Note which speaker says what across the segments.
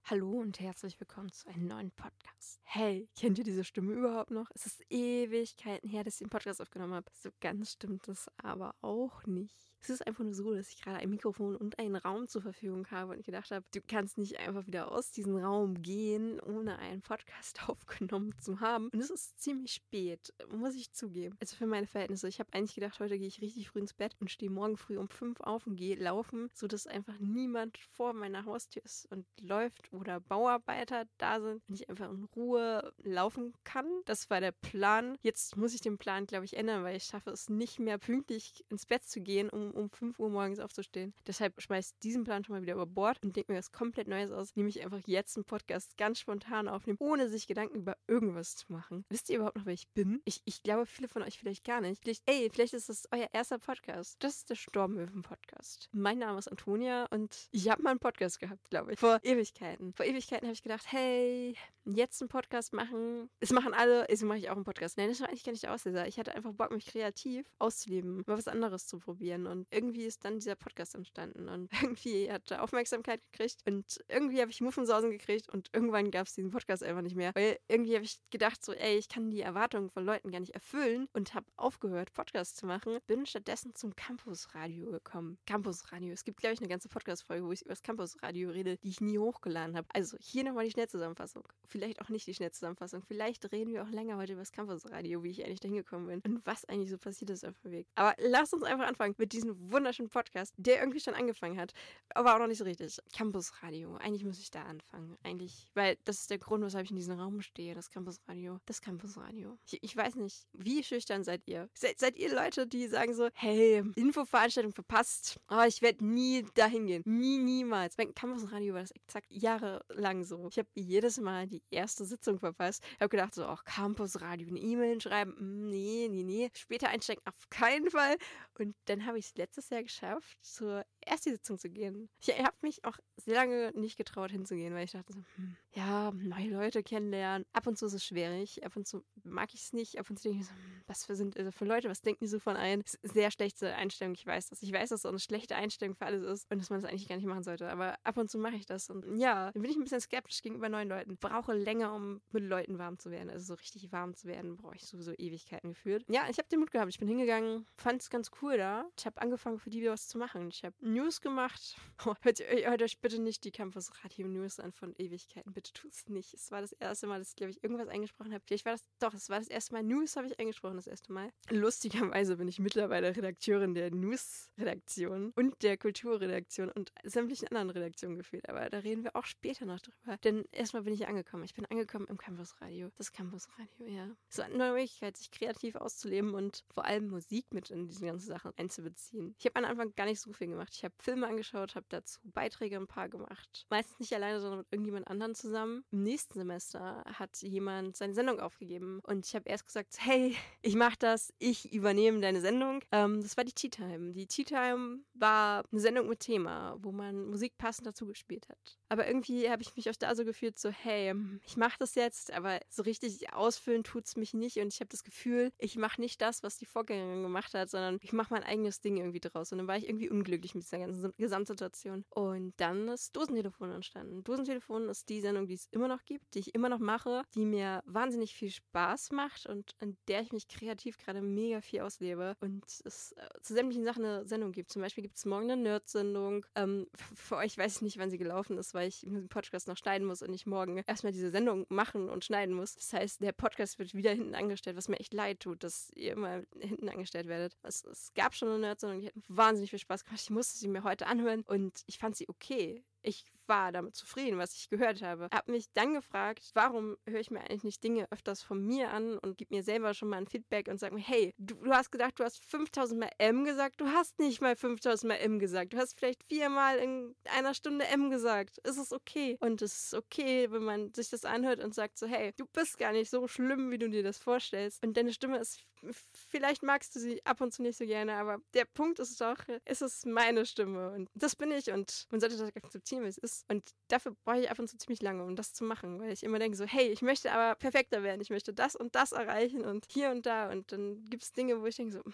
Speaker 1: Hallo und herzlich willkommen zu einem neuen Podcast. Hey, kennt ihr diese Stimme überhaupt noch? Es ist Ewigkeiten her, dass ich den Podcast aufgenommen habe. So ganz stimmt es aber auch nicht. Es ist einfach nur so, dass ich gerade ein Mikrofon und einen Raum zur Verfügung habe und ich gedacht habe, du kannst nicht einfach wieder aus diesem Raum gehen, ohne einen Podcast aufgenommen zu haben. Und es ist ziemlich spät, muss ich zugeben. Also für meine Verhältnisse. Ich habe eigentlich gedacht, heute gehe ich richtig früh ins Bett und stehe morgen früh um 5 auf und gehe laufen, sodass einfach niemand vor meiner Haustür ist und läuft oder Bauarbeiter da sind und ich einfach in Ruhe laufen kann. Das war der Plan. Jetzt muss ich den Plan, glaube ich, ändern, weil ich schaffe es nicht mehr pünktlich ins Bett zu gehen, um 5 Uhr morgens aufzustehen. Deshalb schmeiße ich diesen Plan schon mal wieder über Bord und denke mir was komplett Neues aus, nämlich einfach jetzt einen Podcast ganz spontan aufnehmen, ohne sich Gedanken über irgendwas zu machen. Wisst ihr überhaupt noch, wer ich bin? Ich glaube, viele von euch vielleicht gar nicht. Vielleicht ist das euer erster Podcast. Das ist der Stormöwen-Podcast. Mein Name ist Antonia und ich habe mal einen Podcast gehabt, glaube ich, vor Ewigkeiten. Vor Ewigkeiten habe ich gedacht, hey, jetzt einen Podcast machen. Es machen alle, also mache ich auch einen Podcast. Nein, das war eigentlich gar nicht der Auslöser. Ich hatte einfach Bock, mich kreativ auszuleben, mal was anderes zu probieren. Und irgendwie ist dann dieser Podcast entstanden. Und irgendwie hat er Aufmerksamkeit gekriegt. Und irgendwie habe ich Muffensausen gekriegt. Und irgendwann gab es diesen Podcast einfach nicht mehr. Weil irgendwie habe ich gedacht, so, ey, ich kann die Erwartungen von Leuten gar nicht erfüllen. Und habe aufgehört, Podcasts zu machen. Bin stattdessen zum Campusradio gekommen. Campusradio. Es gibt, glaube ich, eine ganze Podcast-Folge, wo ich über das Campusradio rede, die ich nie hochgeladen habe. Also hier nochmal die Schnellzusammenfassung. Vielleicht auch nicht die Schnellzusammenfassung. Vielleicht reden wir auch länger heute über das Campusradio, wie ich eigentlich da hingekommen bin und was eigentlich so passiert ist auf dem Weg. Aber lasst uns einfach anfangen mit diesem wunderschönen Podcast, der irgendwie schon angefangen hat, aber auch noch nicht so richtig. Campusradio. Eigentlich muss ich da anfangen. Eigentlich, weil das ist der Grund, weshalb ich in diesem Raum stehe. Das Campusradio. Das Campusradio. Ich weiß nicht, wie schüchtern seid ihr? Seid ihr Leute, die sagen so, hey, Infoveranstaltung verpasst. Oh, ich werde nie dahin gehen. Niemals. Beim Campusradio war das exakt jahrelang so. Ich habe jedes Mal die erste Sitzung verpasst. Ich habe gedacht so, ach, Campusradio, eine E-Mail schreiben, nee. Später einsteigen, auf keinen Fall. Und dann habe ich es letztes Jahr geschafft, zur ersten Sitzung zu gehen. Ich habe mich auch sehr lange nicht getraut hinzugehen, weil ich dachte so, ja, neue Leute kennenlernen. Ab und zu ist es schwierig, ab und zu mag ich es nicht, ab und zu denke ich so, was für Leute, was denken die so von ein? Das ist eine sehr schlechte Einstellung, ich weiß das. Ich weiß, dass es auch eine schlechte Einstellung für alles ist und dass man das eigentlich gar nicht machen sollte, aber ab und zu mache ich das und ja, dann bin ich ein bisschen skeptisch gegenüber neuen Leuten. Brauche länger, um mit Leuten warm zu werden, also so richtig warm zu werden, brauche ich sowieso Ewigkeiten gefühlt. Ja, ich habe den Mut gehabt, ich bin hingegangen, fand es ganz cool da. Ich habe angefangen, für die was zu machen. Ich habe News gemacht. Oh, hört euch bitte nicht die Campus Radio News an von Ewigkeiten, bitte tut es nicht. Es war das erste Mal, dass ich, glaube ich, irgendwas eingesprochen habe. Vielleicht war es war das erste Mal. News habe ich eingesprochen, das erste Mal. Lustigerweise bin ich mittlerweile Redakteurin der News-Redaktion und der Kulturredaktion und sämtlichen anderen Redaktionen geführt. Aber da reden wir auch später noch drüber. Denn erstmal bin ich angekommen. Ich bin angekommen im Campusradio. Das Campusradio, ja. So eine neue Möglichkeit, sich kreativ auszuleben und vor allem Musik mit in diese ganzen Sachen einzubeziehen. Ich habe am Anfang gar nicht so viel gemacht. Ich habe Filme angeschaut, habe dazu Beiträge ein paar gemacht. Meistens nicht alleine, sondern mit irgendjemand anderen zusammen. Im nächsten Semester hat jemand seine Sendung aufgegeben und ich habe erst gesagt, hey, ich mache das, ich übernehme deine Sendung. Das war die Tea Time. Die Tea Time war eine Sendung mit Thema, wo man Musik passend dazu gespielt hat. Aber irgendwie habe ich mich auch da so gefühlt, so hey, ich mache das jetzt, aber so richtig ausfüllen tut's mich nicht und ich habe das Gefühl, ich mache nicht das, was die Vorgängerin gemacht hat, sondern ich mache mein eigenes Ding irgendwie draus und dann war ich irgendwie unglücklich mit dieser ganzen Gesamtsituation. Und dann ist Dosentelefon entstanden. Dosentelefon ist die Sendung, die es immer noch gibt, die ich immer noch mache, die mir wahnsinnig viel Spaß macht und in der ich mich kreativ gerade mega viel auslebe und es zu sämtlichen Sachen eine Sendung gibt. Zum Beispiel gibt es morgen eine Nerd-Sendung. Für euch weiß ich nicht, wann sie gelaufen ist, weil ich den Podcast noch schneiden muss und ich morgen erstmal diese Sendung machen und schneiden muss. Das heißt, der Podcast wird wieder hinten angestellt, was mir echt leid tut, dass ihr immer hinten angestellt werdet. Es gab schon eine Nerd-Sendung, die hat wahnsinnig viel Spaß gemacht. Ich musste sie mir heute anhören und ich fand sie okay. Ich war damit zufrieden, was ich gehört habe. Hab mich dann gefragt, warum höre ich mir eigentlich nicht Dinge öfters von mir an und gib mir selber schon mal ein Feedback und sag mir, hey, du hast gedacht, du hast 5000 Mal M gesagt, du hast nicht mal 5000 Mal M gesagt. Du hast vielleicht 4-mal in einer Stunde M gesagt. Es ist okay. Und es ist okay, wenn man sich das anhört und sagt so, hey, du bist gar nicht so schlimm, wie du dir das vorstellst. Und deine Stimme ist, vielleicht magst du sie ab und zu nicht so gerne, aber der Punkt ist doch, es ist meine Stimme und das bin ich und man sollte das akzeptieren, wie es ist. Und dafür brauche ich ab und zu ziemlich lange, um das zu machen, weil ich immer denke so, hey, ich möchte aber perfekter werden, ich möchte das und das erreichen und hier und da und dann gibt es Dinge, wo ich denke so,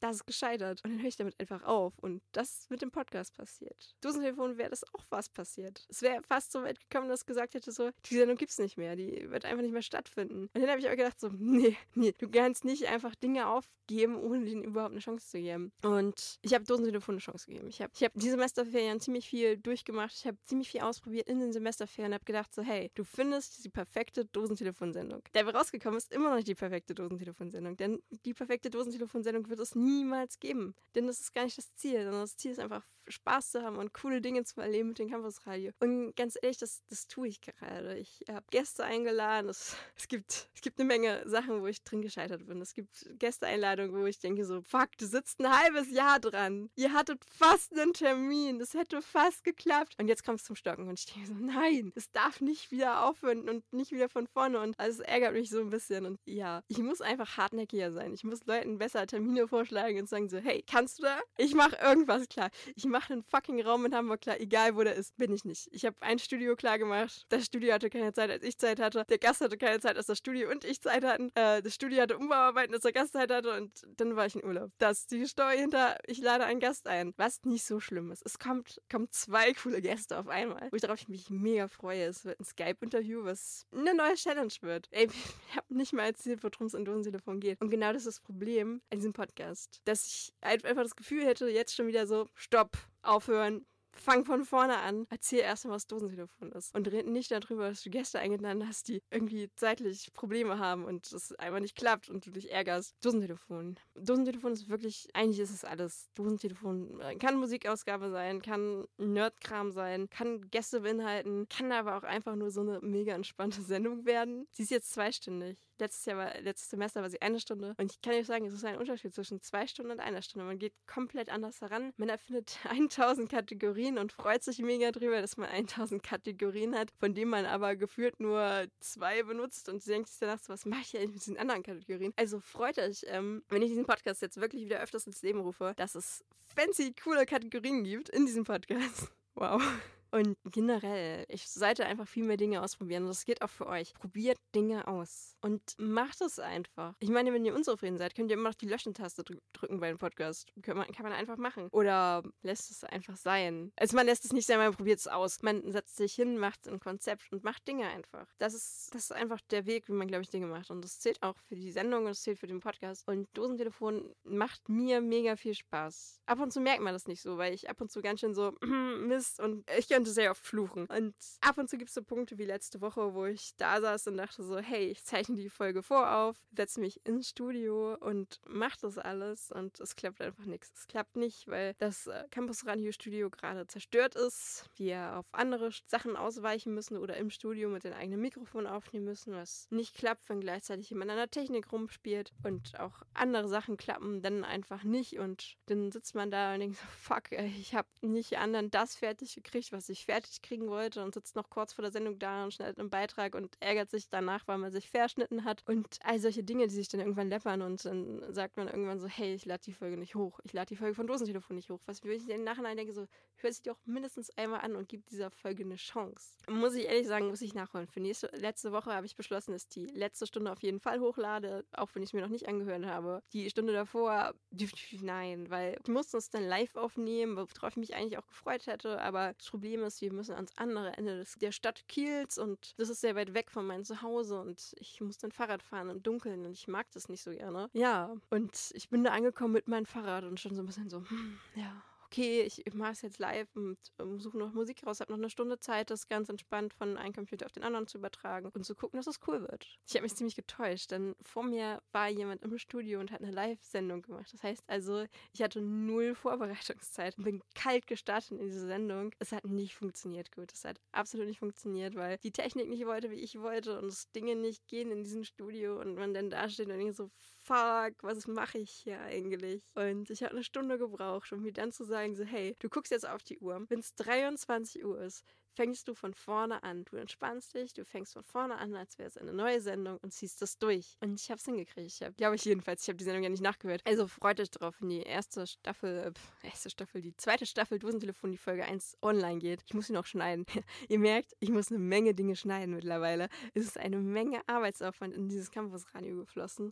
Speaker 1: das ist gescheitert. Und dann höre ich damit einfach auf. Und das ist mit dem Podcast passiert. Dosentelefon wäre das auch was passiert. Es wäre fast so weit gekommen, dass ich gesagt hätte, so, die Sendung gibt's nicht mehr. Die wird einfach nicht mehr stattfinden. Und dann habe ich aber gedacht, so, nee, du kannst nicht einfach Dinge aufgeben, ohne denen überhaupt eine Chance zu geben. Und ich habe Dosentelefon eine Chance gegeben. Ich hab die Semesterferien ziemlich viel durchgemacht. Ich habe ziemlich viel ausprobiert in den Semesterferien und habe gedacht, so, hey, du findest die perfekte Dosentelefonsendung. Der rausgekommen ist immer noch nicht die perfekte Dosentelefonsendung. Denn die perfekte Dosentelefonsendung wird es niemals geben. Denn das ist gar nicht das Ziel, sondern das Ziel ist einfach, Spaß zu haben und coole Dinge zu erleben mit dem Campusradio. Und ganz ehrlich, das tue ich gerade. Ich habe Gäste eingeladen. Es gibt eine Menge Sachen, wo ich drin gescheitert bin. Es gibt Gästeeinladungen, wo ich denke so, fuck, du sitzt ein halbes Jahr dran. Ihr hattet fast einen Termin. Das hätte fast geklappt. Und jetzt kommt es zum Stocken. Und ich denke so, nein, es darf nicht wieder aufhören und nicht wieder von vorne. Und also es ärgert mich so ein bisschen. Und ja, ich muss einfach hartnäckiger sein. Ich muss Leuten besser Termine vorschlagen und sagen so, hey, kannst du da? Ich mache irgendwas klar. Ich mache einen fucking Raum in Hamburg klar, egal wo der ist. Bin ich nicht. Ich habe ein Studio klar gemacht. Das Studio hatte keine Zeit, als ich Zeit hatte. Der Gast hatte keine Zeit, als das Studio und ich Zeit hatten. Das Studio hatte Umbauarbeiten, als der Gast Zeit hatte. Und dann war ich in Urlaub. Das ist die Story hinter, ich lade einen Gast ein. Was nicht so schlimm ist. Es kommen 2 coole Gäste auf einmal, worauf ich mich mega freue. Es wird ein Skype-Interview, was eine neue Challenge wird. Ey, ich habe nicht mal erzählt, worum es in Dosentelefon geht. Und genau das ist das Problem an diesem Podcast. Dass ich einfach das Gefühl hätte, jetzt schon wieder so, stopp, aufhören, fang von vorne an, erzähl erstmal, was Dosentelefon ist. Und red nicht darüber, dass du Gäste eingeladen hast, die irgendwie zeitlich Probleme haben und es einfach nicht klappt und du dich ärgerst. Dosentelefon. Dosentelefon ist wirklich, eigentlich ist es alles. Dosentelefon kann Musikausgabe sein, kann Nerdkram sein, kann Gäste beinhalten, kann aber auch einfach nur so eine mega entspannte Sendung werden. Sie ist jetzt 2stündig. Letztes Semester war sie 1 Stunde. Und ich kann euch sagen, es ist ein Unterschied zwischen 2 Stunden und 1 Stunde. Man geht komplett anders heran. Man erfindet 1000 Kategorien und freut sich mega drüber, dass man 1000 Kategorien hat, von denen man aber gefühlt nur 2 benutzt und denkt sich danach so, was mache ich eigentlich mit diesen anderen Kategorien? Also freut euch, wenn ich diesen Podcast jetzt wirklich wieder öfters ins Leben rufe, dass es fancy, coole Kategorien gibt in diesem Podcast. Wow. Und generell, ich sollte einfach viel mehr Dinge ausprobieren. Und das geht auch für euch. Probiert Dinge aus. Und macht es einfach. Ich meine, wenn ihr unzufrieden seid, könnt ihr immer noch die Löschen-Taste drücken bei dem Podcast. Kann man einfach machen. Oder lässt es einfach sein. Also man lässt es nicht sein, man probiert es aus. Man setzt sich hin, macht ein Konzept und macht Dinge einfach. Das ist einfach der Weg, wie man, glaube ich, Dinge macht. Und das zählt auch für die Sendung und das zählt für den Podcast. Und Dosentelefon macht mir mega viel Spaß. Ab und zu merkt man das nicht so, weil ich ab und zu ganz schön so Mist und ich könnte sehr oft fluchen. Und ab und zu gibt es so Punkte wie letzte Woche, wo ich da saß und dachte so, hey, ich zeichne die Folge vorauf, setze mich ins Studio und mache das alles und es klappt einfach nichts. Es klappt nicht, weil das Campus-Radio-Studio gerade zerstört ist, wir auf andere Sachen ausweichen müssen oder im Studio mit dem eigenen Mikrofon aufnehmen müssen, was nicht klappt, wenn gleichzeitig jemand an der Technik rumspielt und auch andere Sachen klappen dann einfach nicht und dann sitzt man da und denkt so, fuck, ich habe nicht anderen das fertig gekriegt, was ich fertig kriegen wollte und sitzt noch kurz vor der Sendung da und schneidet einen Beitrag und ärgert sich danach, weil man sich verschnitten hat und all solche Dinge, die sich dann irgendwann läppern und dann sagt man irgendwann so, hey, ich lade die Folge nicht hoch, ich lade die Folge von Dosentelefon nicht hoch, was ich im Nachhinein denke so, hör sie doch mindestens einmal an und gib dieser Folge eine Chance. Muss ich ehrlich sagen, muss ich nachholen. Für letzte Woche habe ich beschlossen, dass die letzte Stunde auf jeden Fall hochlade, auch wenn ich es mir noch nicht angehört habe. Die Stunde davor, nein, weil ich musste es dann live aufnehmen, worauf ich mich eigentlich auch gefreut hätte, aber das Problem ist, wir müssen ans andere Ende der Stadt Kiels und das ist sehr weit weg von meinem Zuhause und ich muss dann Fahrrad fahren im Dunkeln und ich mag das nicht so gerne. Ja, und ich bin da angekommen mit meinem Fahrrad und schon so ein bisschen so, ja, okay, ich mache es jetzt live und suche noch Musik raus, habe noch eine Stunde Zeit, das ganz entspannt von einem Computer auf den anderen zu übertragen und zu gucken, dass es cool wird. Ich habe mich ziemlich getäuscht, denn vor mir war jemand im Studio und hat eine Live-Sendung gemacht. Das heißt also, ich hatte 0 Vorbereitungszeit und bin kalt gestartet in diese Sendung. Es hat nicht funktioniert gut. Es hat absolut nicht funktioniert, weil die Technik nicht wollte, wie ich wollte und es Dinge nicht gehen in diesem Studio und man dann da steht und denkt so, fuck, was mache ich hier eigentlich? Und ich habe eine Stunde gebraucht, um mir dann zu sagen, so, hey, du guckst jetzt auf die Uhr. Wenn es 23 Uhr ist, fängst du von vorne an. Du entspannst dich, du fängst von vorne an, als wäre es eine neue Sendung und ziehst das durch. Und ich habe es hingekriegt. Glaube ich jedenfalls. Ich habe die Sendung ja nicht nachgehört. Also freut euch drauf, wenn die die zweite Staffel Dosentelefon, die Folge 1 online geht. Ich muss sie noch schneiden. Ihr merkt, ich muss eine Menge Dinge schneiden mittlerweile. Es ist eine Menge Arbeitsaufwand in dieses Campusradio geflossen. Und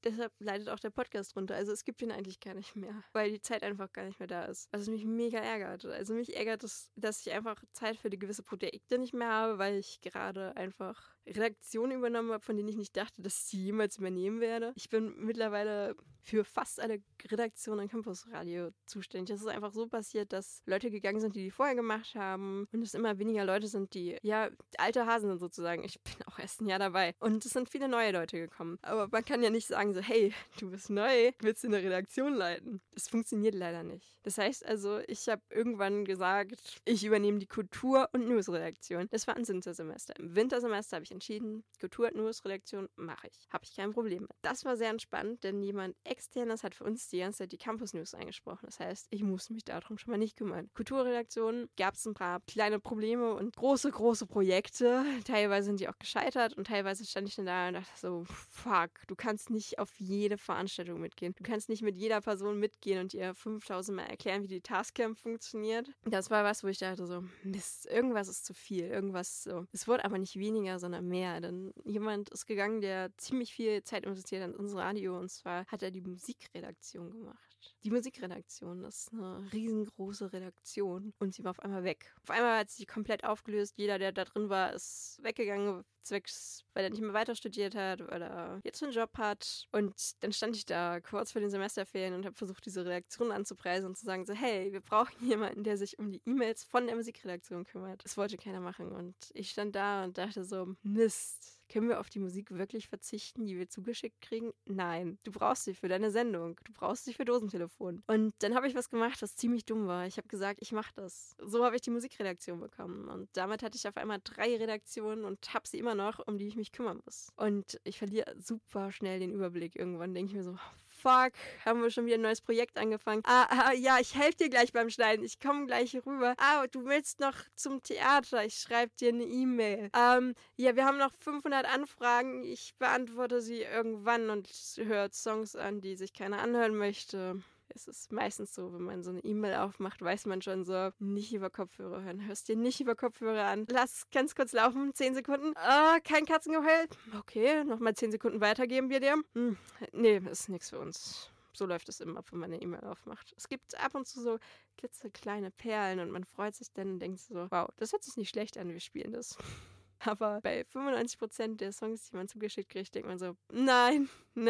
Speaker 1: deshalb leidet auch der Podcast drunter. Also es gibt ihn eigentlich gar nicht mehr, weil die Zeit einfach gar nicht mehr da ist. Was mich mega ärgert. Also mich ärgert es, dass ich einfach Zeit für die gewisse Projekte nicht mehr habe, weil ich gerade einfach Redaktionen übernommen habe, von denen ich nicht dachte, dass ich sie jemals übernehmen werde. Ich bin mittlerweile für fast alle Redaktionen an Campus Radio zuständig. Es ist einfach so passiert, dass Leute gegangen sind, die vorher gemacht haben und es immer weniger Leute sind, die, ja, alte Hasen sind sozusagen. Ich bin auch erst ein Jahr dabei und es sind viele neue Leute gekommen. Aber man kann ja nicht sagen so, hey, du bist neu, willst du eine Redaktion leiten? Das funktioniert leider nicht. Das heißt also, ich habe irgendwann gesagt, ich übernehme die Kultur- und News-Redaktion. Das war ein Wintersemester. Im Wintersemester habe ich entschieden, Kultur- und News-Redaktion mache ich. Habe ich kein Problem mit. Das war sehr entspannt, denn jemand Externes hat für uns die ganze Zeit die Campus News eingesprochen. Das heißt, ich musste mich darum schon mal nicht kümmern. Kulturredaktion gab es ein paar kleine Probleme und große Projekte. Teilweise sind die auch gescheitert und teilweise stand ich dann da und dachte so, fuck, du kannst nicht auf jede Veranstaltung mitgehen. Du kannst nicht mit jeder Person mitgehen und ihr 5000 Mal erklären, wie die Tascam funktioniert. Das war was, wo ich dachte so, Mist, irgendwas ist zu viel, irgendwas so. Es wurde aber nicht weniger, sondern mehr, denn jemand ist gegangen, der ziemlich viel Zeit investiert hat in unser Radio, und zwar hat er die Musikredaktion gemacht. Die Musikredaktion ist eine riesengroße Redaktion und sie war auf einmal weg. Auf einmal hat sie komplett aufgelöst. Jeder, der da drin war, ist weggegangen, weil er nicht mehr weiter studiert hat, weil er jetzt einen Job hat. Und dann stand ich da kurz vor den Semesterferien und habe versucht, diese Redaktion anzupreisen und zu sagen so, hey, wir brauchen jemanden, der sich um die E-Mails von der Musikredaktion kümmert. Das wollte keiner machen und ich stand da und dachte so, Mist. Können wir auf die Musik wirklich verzichten, die wir zugeschickt kriegen? Nein, du brauchst sie für deine Sendung. Du brauchst sie für Dosentelefon. Und dann habe ich was gemacht, was ziemlich dumm war. Ich habe gesagt, ich mache das. So habe ich die Musikredaktion bekommen. Und damit hatte ich auf einmal 3 Redaktionen und habe sie immer noch, um die ich mich kümmern muss. Und ich verliere super schnell den Überblick. Irgendwann denke ich mir so, fuck, haben wir schon wieder ein neues Projekt angefangen. Ja, ich helfe dir gleich beim Schneiden. Ich komme gleich rüber. Du willst noch zum Theater. Ich schreibe dir eine E-Mail. Ja, wir haben noch 500 Anfragen. Ich beantworte sie irgendwann und höre Songs an, die sich keiner anhören möchte. Es ist meistens so, wenn man so eine E-Mail aufmacht, weiß man schon so, nicht über Kopfhörer hören. Hörst dir nicht über Kopfhörer an. Lass ganz kurz laufen, 10 Sekunden. Kein Katzengeheul. Okay, nochmal 10 Sekunden weiter geben wir dir. Nee, ist nichts für uns. So läuft es immer, wenn man eine E-Mail aufmacht. Es gibt ab und zu so klitzekleine Perlen und man freut sich dann und denkt so, wow, das hört sich nicht schlecht an, wir spielen das. Aber bei 95% der Songs, die man zugeschickt kriegt, denkt man so, nein,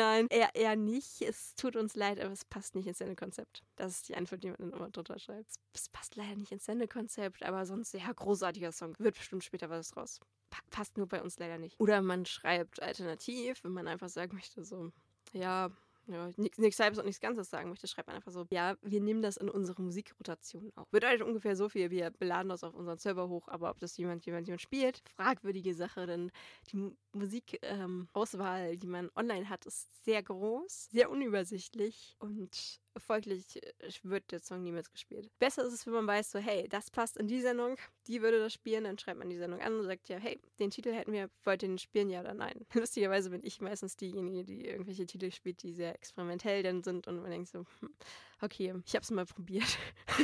Speaker 1: eher nicht. Es tut uns leid, aber es passt nicht ins Sendekonzept. Das ist die Antwort, die man dann immer drunter schreibt. Es passt leider nicht ins Sendekonzept, aber sonst, ja, großartiger Song. Wird bestimmt später was draus. Passt nur bei uns leider nicht. Oder man schreibt alternativ, wenn man einfach sagen möchte, so, ja, nichts Halbes und nichts Ganzes sagen möchte, schreibt man einfach so, ja, wir nehmen das in unsere Musikrotation auf. Bedeutet ungefähr so viel, wir beladen das auf unseren Server hoch, aber ob das jemand spielt, fragwürdige Sache, denn die Musikauswahl, die man online hat, ist sehr groß, sehr unübersichtlich und folglich wird der Song niemals gespielt. Besser ist es, wenn man weiß, so, hey, das passt in die Sendung, die würde das spielen, dann schreibt man die Sendung an und sagt, ja, hey, den Titel hätten wir, wollt ihr den spielen, ja oder nein? Lustigerweise bin ich meistens diejenige, die irgendwelche Titel spielt, die sehr experimentell dann sind und man denkt so, okay, ich hab's mal probiert.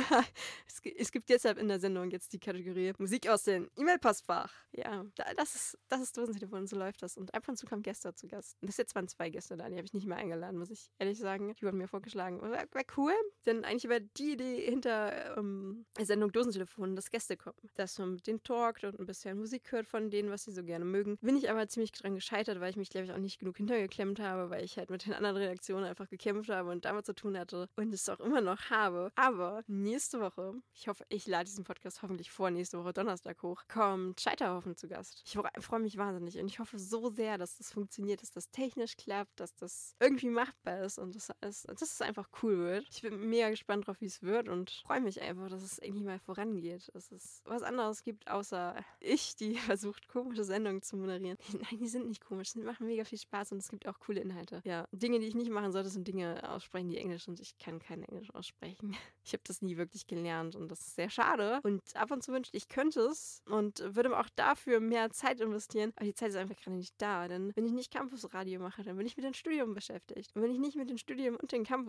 Speaker 1: Es gibt deshalb in der Sendung jetzt die Kategorie Musik aus dem E-Mail-Postfach. Ja, das ist Dosentelefon, so läuft das. Und ab und zu kommen Gäste zu Gast. Und jetzt waren 2 Gäste da, die habe ich nicht mehr eingeladen, muss ich ehrlich sagen. Die wurden mir vorgeschlagen. Wäre cool, denn eigentlich war die Idee hinter der Sendung Dosentelefon, dass Gäste kommen. Dass man mit denen talkt und ein bisschen Musik hört von denen, was sie so gerne mögen. Bin ich aber ziemlich dran gescheitert, weil ich mich, glaube ich, auch nicht genug hintergeklemmt habe, weil ich halt mit den anderen Redaktionen einfach gekämpft habe und damit zu tun hatte und es auch immer noch habe. Aber nächste Woche, ich hoffe, ich lade diesen Podcast hoffentlich vor nächste Woche Donnerstag hoch, kommt Scheiterhaufen zu Gast. Ich freue mich wahnsinnig und ich hoffe so sehr, dass das funktioniert, dass das technisch klappt, dass das irgendwie machbar ist und dass es einfach cool wird. Ich bin mega gespannt drauf, wie es wird und freue mich einfach, dass es endlich mal vorangeht. Dass es was anderes gibt, außer ich, die versucht, komische Sendungen zu moderieren. Nein, die sind nicht komisch, die machen mega viel Spaß und es gibt auch coole Inhalte. Ja, Dinge, die ich nicht machen sollte, sind Dinge aussprechen, die Englisch sind. Ich kann kein Englisch aussprechen. Ich habe das nie wirklich gelernt und das ist sehr schade. Und ab und zu wünschte ich könnte es und würde auch dafür mehr Zeit investieren. Aber die Zeit ist einfach gerade nicht da, denn wenn ich nicht Campusradio mache, dann bin ich mit dem Studium beschäftigt. Und wenn ich nicht mit dem Studium und dem Campusradio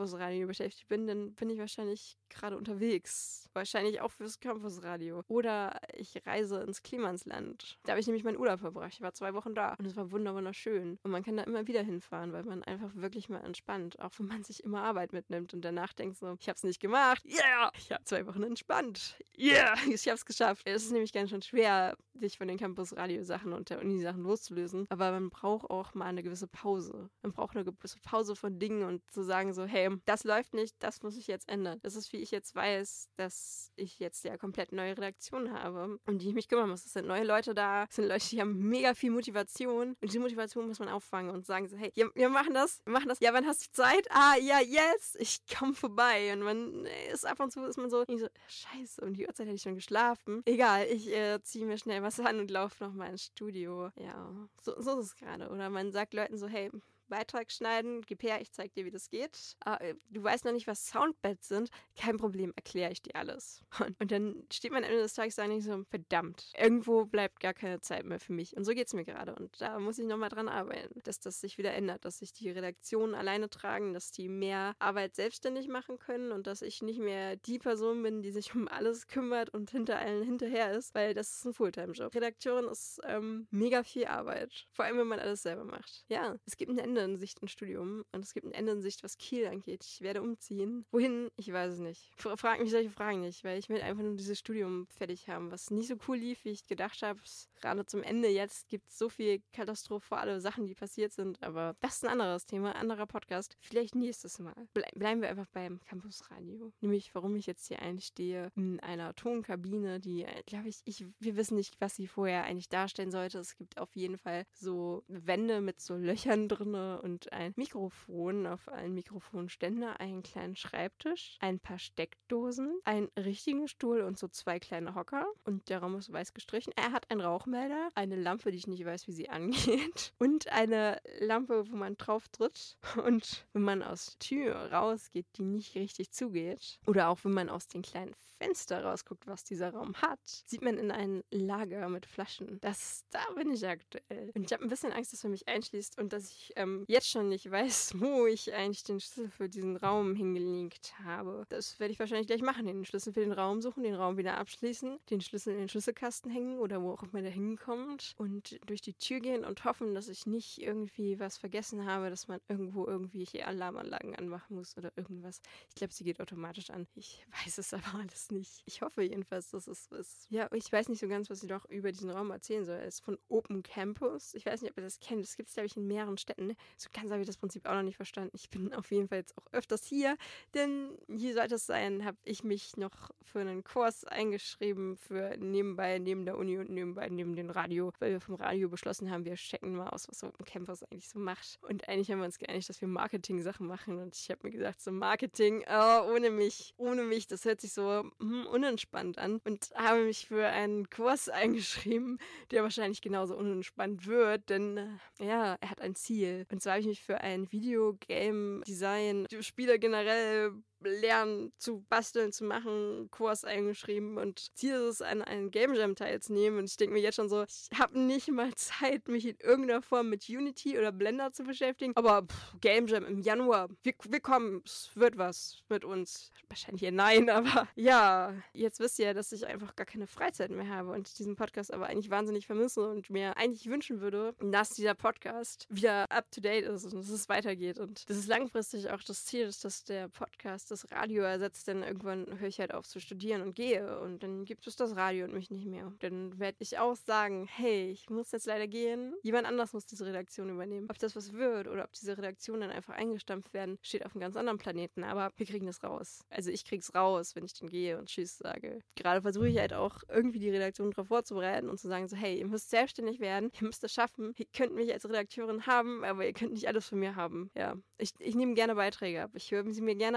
Speaker 1: Radio beschäftigt bin, dann bin ich wahrscheinlich gerade unterwegs. Wahrscheinlich auch fürs Campusradio. Oder ich reise ins Klimansland. Da habe ich nämlich meinen Urlaub verbracht. Ich war 2 Wochen da und es war wunderschön. Und man kann da immer wieder hinfahren, weil man einfach wirklich mal entspannt, auch wenn man sich immer Arbeit mitnimmt und danach denkt so, ich habe es nicht gemacht. Yeah! Ich habe 2 Wochen entspannt. Yeah! Ich habe es geschafft. Es ist nämlich ganz schön schwer, sich von den Campusradio-Sachen und der Uni-Sachen loszulösen. Aber man braucht auch mal eine gewisse Pause. Man braucht eine gewisse Pause von Dingen und zu sagen so, hey, das läuft nicht, das muss ich jetzt ändern. Das ist, wie ich jetzt weiß, dass ich jetzt ja komplett neue Redaktion habe, um die ich mich kümmern muss. Es sind neue Leute da, es sind Leute, die haben mega viel Motivation und diese Motivation muss man auffangen und sagen so, hey, wir machen das. Ja, wann hast du Zeit? Ah, ja, yes, ich komme vorbei. Und man ist ab und zu, ist man so, scheiße, um die Uhrzeit hätte ich schon geschlafen. Egal, ich ziehe mir schnell was an und laufe nochmal ins Studio. Ja, so ist es gerade. Oder man sagt Leuten so, hey, Beitrag schneiden, gib her, ich zeig dir, wie das geht. Du weißt noch nicht, was Soundbeds sind. Kein Problem, erkläre ich dir alles. Und dann steht man am Ende des Tages eigentlich so, verdammt, irgendwo bleibt gar keine Zeit mehr für mich. Und so geht es mir gerade. Und da muss ich nochmal dran arbeiten, dass das sich wieder ändert, dass sich die Redaktionen alleine tragen, dass die mehr Arbeit selbstständig machen können und dass ich nicht mehr die Person bin, die sich um alles kümmert und hinter allen hinterher ist, weil das ist ein Fulltime-Job. Redakteurin ist mega viel Arbeit. Vor allem, wenn man alles selber macht. Ja, es gibt ein Ende in Sicht ein Studium und es gibt ein Ende in Sicht, was Kiel angeht. Ich werde umziehen. Wohin? Ich weiß es nicht. Frag mich solche Fragen nicht, weil ich will einfach nur dieses Studium fertig haben, was nicht so cool lief, wie ich gedacht habe. Gerade zum Ende jetzt gibt es so viel katastrophale Sachen, die passiert sind, aber das ist ein anderes Thema, anderer Podcast. Vielleicht nächstes Mal. Bleiben wir einfach beim Campusradio. Nämlich, warum ich jetzt hier eigentlich stehe, in einer Tonkabine, die, glaube wir wissen nicht, was sie vorher eigentlich darstellen sollte. Es gibt auf jeden Fall so Wände mit so Löchern drin und ein Mikrofon auf allen Mikrofonständer, einen kleinen Schreibtisch, ein paar Steckdosen, einen richtigen Stuhl und so 2 kleine Hocker. Und der Raum ist weiß gestrichen. Er hat einen Rauchmelder, eine Lampe, die ich nicht weiß, wie sie angeht und eine Lampe, wo man drauf tritt. Und wenn man aus der Tür rausgeht, die nicht richtig zugeht, oder auch wenn man aus den kleinen Fenster rausguckt, was dieser Raum hat, sieht man in ein Lager mit Flaschen. Da bin ich aktuell. Und ich habe ein bisschen Angst, dass man mich einschließt und dass ich jetzt schon nicht weiß, wo ich eigentlich den Schlüssel für diesen Raum hingelegt habe. Das werde ich wahrscheinlich gleich machen. Den Schlüssel für den Raum suchen, den Raum wieder abschließen, den Schlüssel in den Schlüsselkasten hängen oder wo auch immer der hinkommt und durch die Tür gehen und hoffen, dass ich nicht irgendwie was vergessen habe, dass man irgendwo irgendwelche Alarmanlagen anmachen muss oder irgendwas. Ich glaube, sie geht automatisch an. Ich weiß es aber alles nicht. Ich hoffe jedenfalls, dass es so ist. Ja, ich weiß nicht so ganz, was ich noch über diesen Raum erzählen soll. Er ist von Open Campus. Ich weiß nicht, ob ihr das kennt. Das gibt es, glaube ich, in mehreren Städten. So ganz habe ich das Prinzip auch noch nicht verstanden. Ich bin auf jeden Fall jetzt auch öfters hier, denn hier sollte es sein, habe ich mich noch für einen Kurs eingeschrieben für nebenbei, neben der Uni und nebenbei, neben dem Radio, weil wir vom Radio beschlossen haben, wir checken mal aus, was Open Campus eigentlich so macht. Und eigentlich haben wir uns geeinigt, dass wir Marketing-Sachen machen und ich habe mir gesagt, so Marketing, ohne mich, das hört sich so unentspannt an und habe mich für einen Kurs eingeschrieben, der wahrscheinlich genauso unentspannt wird, denn ja, er hat ein Ziel. Und zwar habe ich mich für ein Videogame-Design, Spiele generell lernen, zu basteln, zu machen, Kurs eingeschrieben und Ziel ist es, an einem Game Jam teilzunehmen und ich denke mir jetzt schon so, ich habe nicht mal Zeit, mich in irgendeiner Form mit Unity oder Blender zu beschäftigen, aber Game Jam im Januar, wir kommen, es wird was mit uns. Wahrscheinlich eher nein, aber ja, jetzt wisst ihr, dass ich einfach gar keine Freizeit mehr habe und diesen Podcast aber eigentlich wahnsinnig vermisse und mir eigentlich wünschen würde, dass dieser Podcast wieder up to date ist und dass es weitergeht und das ist langfristig auch das Ziel, ist, dass der Podcast das Radio ersetzt, denn irgendwann höre ich halt auf zu studieren und gehe und dann gibt es das Radio und mich nicht mehr. Dann werde ich auch sagen, hey, ich muss jetzt leider gehen. Jemand anders muss diese Redaktion übernehmen. Ob das was wird oder ob diese Redaktionen dann einfach eingestampft werden, steht auf einem ganz anderen Planeten, aber wir kriegen das raus. Also ich krieg's raus, wenn ich dann gehe und Tschüss sage. Gerade versuche ich halt auch irgendwie die Redaktion darauf vorzubereiten und zu sagen so, hey, ihr müsst selbstständig werden, ihr müsst es schaffen, ihr könnt mich als Redakteurin haben, aber ihr könnt nicht alles von mir haben. Ja, ich nehme gerne Beiträge ab. Ich höre sie mir gerne an und sage,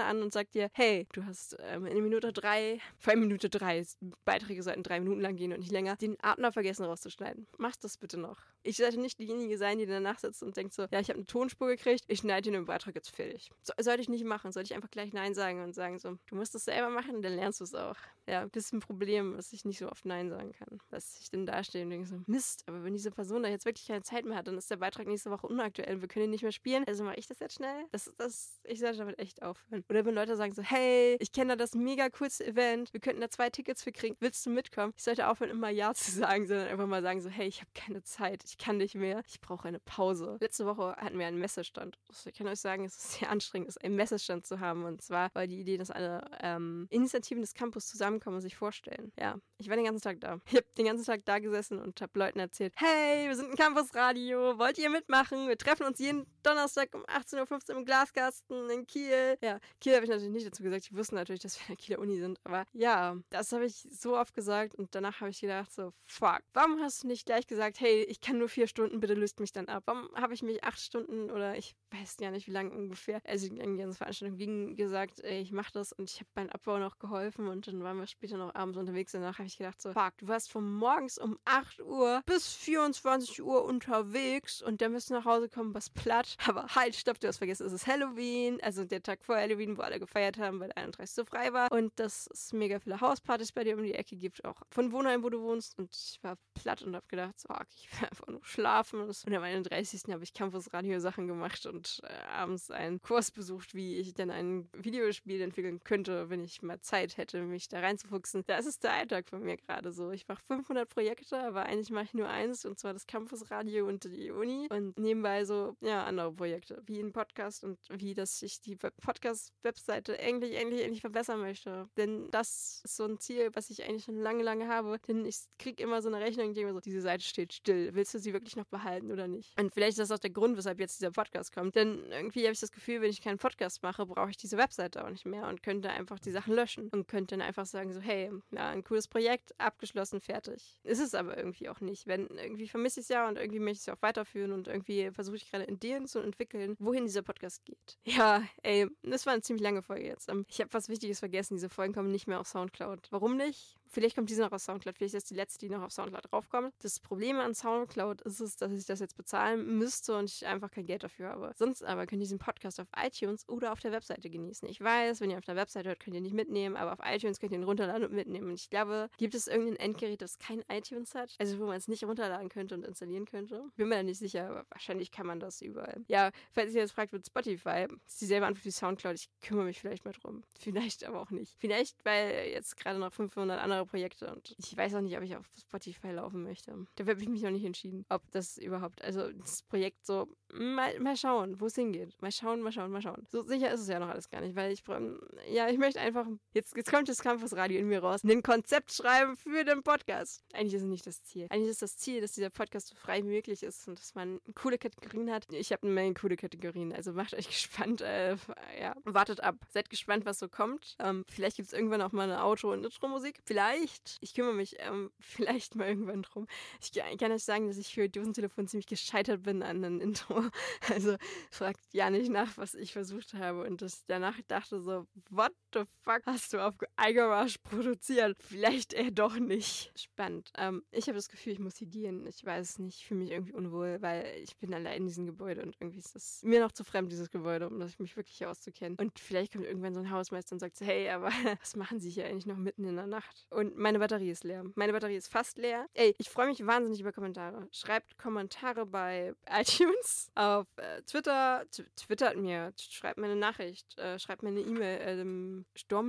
Speaker 1: sagt dir, hey, du hast in Minute 3, vor allem Minute 3, Beiträge sollten 3 Minuten lang gehen und nicht länger, den Atmer vergessen rauszuschneiden. Mach das bitte noch. Ich sollte nicht diejenige sein, die danach sitzt und denkt so, ja, ich habe eine Tonspur gekriegt, ich schneide den Beitrag jetzt fertig. Sollte ich nicht machen, sollte ich einfach gleich Nein sagen und sagen so, du musst das selber machen, dann lernst du es auch. Ja, das ist ein Problem, dass ich nicht so oft Nein sagen kann. Dass ich dann dastehe und denke so, Mist, aber wenn diese Person da jetzt wirklich keine Zeit mehr hat, dann ist der Beitrag nächste Woche unaktuell, wir können ihn nicht mehr spielen, also mache ich das jetzt schnell? Ich sollte damit echt aufhören. Oder wenn Leute sagen so, hey, ich kenne da das mega coolste Event, wir könnten da 2 Tickets für kriegen, willst du mitkommen? Ich sollte aufhören, immer Ja zu sagen, sondern einfach mal sagen so, hey, ich habe keine Zeit, ich kann nicht mehr, ich brauche eine Pause. Letzte Woche hatten wir einen Messestand. Ich kann euch sagen, es ist sehr anstrengend, einen Messestand zu haben. Und zwar war die Idee, dass alle Initiativen des Campus zusammenkommen und sich vorstellen. Ja, ich war den ganzen Tag da. Ich habe den ganzen Tag da gesessen und habe Leuten erzählt, hey, wir sind ein Campusradio, wollt ihr mitmachen? Wir treffen uns jeden Donnerstag um 18:15 Uhr im Glaskasten in Kiel. Ja, Kiel habe ich natürlich nicht dazu gesagt. Die wussten natürlich, dass wir in der Kieler Uni sind. Aber ja, das habe ich so oft gesagt. Und danach habe ich gedacht so, fuck, warum hast du nicht gleich gesagt, hey, ich kann nur 4 Stunden, bitte löst mich dann ab? Warum habe ich mich 8 Stunden oder ich weiß ja nicht, wie lange ungefähr, also die ganze Veranstaltung ging, gesagt, ey, ich mache das und ich habe beim Abbau noch geholfen und dann waren wir später noch abends unterwegs. Danach habe ich gedacht so, fuck, du warst von morgens um 8 Uhr bis 24 Uhr unterwegs und dann bist du nach Hause kommen, was platt. Aber halt, stopp, du hast vergessen, es ist Halloween, also der Tag vor Halloween, wo alle gefeiert haben, weil der 31. frei war und dass es mega viele Hauspartys bei dir um die Ecke gibt, auch von Wohnheim, wo du wohnst und ich war platt und habe gedacht, so, fuck, ich will einfach nur schlafen und am 31. habe ich Campusradio-Sachen gemacht und abends einen Kurs besucht, wie ich dann ein Videospiel entwickeln könnte, wenn ich mal Zeit hätte, mich da reinzufuchsen. Das ist der Alltag von mir gerade so. Ich mache 500 Projekte, aber eigentlich mache ich nur eins und zwar das Campusradio und die Uni und nebenbei so, ja, andere Projekte, wie ein Podcast und wie, dass ich die Podcast-Webseite endlich verbessern möchte. Denn das ist so ein Ziel, was ich eigentlich schon lange habe, denn ich kriege immer so eine Rechnung und denke mir so, diese Seite steht still. Willst du sie wirklich noch behalten oder nicht? Und vielleicht ist das auch der Grund, weshalb jetzt dieser Podcast kommt. Denn irgendwie habe ich das Gefühl, wenn ich keinen Podcast mache, brauche ich diese Webseite auch nicht mehr und könnte einfach die Sachen löschen und könnte dann einfach sagen so, hey, ja, ein cooles Projekt, abgeschlossen, fertig. Ist es aber irgendwie auch nicht. Wenn irgendwie vermisse ich es ja und irgendwie möchte ich es ja auch weiterführen und irgendwie versuche ich gerade Ideen zu entwickeln, wohin dieser Podcast geht. Ja, ey, das war eine ziemlich lange Folge jetzt. Ich habe was Wichtiges vergessen, diese Folgen kommen nicht mehr auf Soundcloud. Warum nicht? Vielleicht kommt diese noch auf Soundcloud, vielleicht ist das die letzte, die noch auf Soundcloud draufkommt. Das Problem an Soundcloud ist es, dass ich das jetzt bezahlen müsste und ich einfach kein Geld dafür habe. Sonst aber könnt ihr diesen Podcast auf iTunes oder auf der Webseite genießen. Ich weiß, wenn ihr auf der Webseite hört, könnt ihr nicht mitnehmen, aber auf iTunes könnt ihr ihn runterladen und mitnehmen. Und ich glaube, gibt es irgendein Endgerät, das kein iTunes hat? Also wo man es nicht runterladen könnte und installieren könnte? Bin mir da nicht sicher, aber wahrscheinlich kann man das überall. Ja, falls ihr jetzt fragt mit Spotify, ist dieselbe Antwort wie Soundcloud. Ich kümmere mich vielleicht mal drum. Vielleicht aber auch nicht. Vielleicht, weil jetzt gerade noch 500 andere Projekte und ich weiß auch nicht, ob ich auf Spotify laufen möchte. Dafür habe ich mich noch nicht entschieden, ob das überhaupt, also das Projekt so, mal schauen, wo es hingeht. Mal schauen. So sicher ist es ja noch alles gar nicht, weil ich möchte einfach, jetzt kommt das Campusradio in mir raus, ein Konzept schreiben für den Podcast. Eigentlich ist es nicht das Ziel. Eigentlich ist das Ziel, dass dieser Podcast so frei wie möglich ist und dass man coole Kategorien hat. Ich habe eine Menge coole Kategorien, also macht euch gespannt, wartet ab. Seid gespannt, was so kommt. Vielleicht gibt es irgendwann auch mal eine Outro- und Intro-Musik. Vielleicht. Ich kümmere mich vielleicht mal irgendwann drum. Ich kann euch sagen, dass ich für Dosentelefon ziemlich gescheitert bin an einem Intro. Also fragt ja nicht nach, was ich versucht habe. Und dass ich danach dachte so, what the fuck hast du auf iGarage produziert? Vielleicht eher doch nicht. Spannend. Ich habe das Gefühl, ich muss hier gehen. Ich weiß es nicht. Ich fühle mich irgendwie unwohl, weil ich bin allein in diesem Gebäude und irgendwie ist das mir noch zu fremd, dieses Gebäude, um mich wirklich auszukennen. Und vielleicht kommt irgendwann so ein Hausmeister und sagt so, hey, aber was machen Sie hier eigentlich noch mitten in der Nacht? Und meine Batterie ist leer. Meine Batterie ist fast leer. Ey, ich freue mich wahnsinnig über Kommentare. Schreibt Kommentare bei iTunes, auf Twitter. Twittert mir. Schreibt mir eine Nachricht. Schreibt mir eine E-Mail.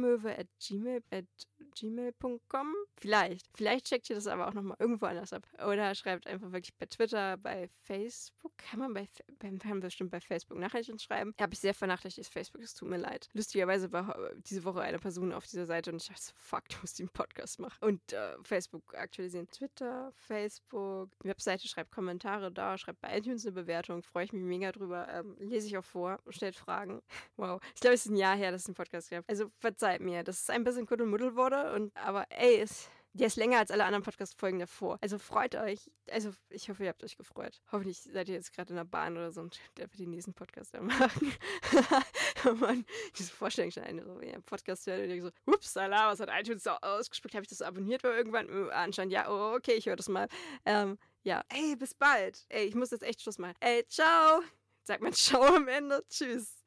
Speaker 1: stormöwe@gmail.com. Vielleicht checkt ihr das aber auch nochmal irgendwo anders ab. Oder schreibt einfach wirklich bei Twitter, bei Facebook. Kann man bestimmt bei Facebook Nachrichten schreiben. Habe ich sehr vernachlässigt Facebook. Es tut mir leid. Lustigerweise war diese Woche eine Person auf dieser Seite und ich dachte so, fuck, du musst den Podcast machen. Und Facebook aktualisieren. Twitter, Facebook, Webseite, schreibt Kommentare da, schreibt bei iTunes eine Bewertung. Freue ich mich mega drüber. Lese ich auch vor, stellt Fragen. Wow. Ich glaube, es ist ein Jahr her, dass es einen Podcast gab. Also verzeiht mir, dass es ein bisschen Kuddelmuddel wurde. Aber ey, Der ist länger als alle anderen Podcast-Folgen davor. Also freut euch. Also ich hoffe, ihr habt euch gefreut. Hoffentlich seid ihr jetzt gerade in der Bahn oder so und der wird den nächsten Podcast da machen. Und man diese Vorstellung schon eine, so, wenn ihr einen Podcast hört und ihr so, upsala, was hat iTunes so ausgespuckt? Habe ich das so abonniert oder irgendwann? Anscheinend, ja, oh, okay, ich höre das mal. Ja, ey, bis bald. Ey, ich muss jetzt echt Schluss machen. Ey, ciao. Sag mal ciao am Ende. Tschüss.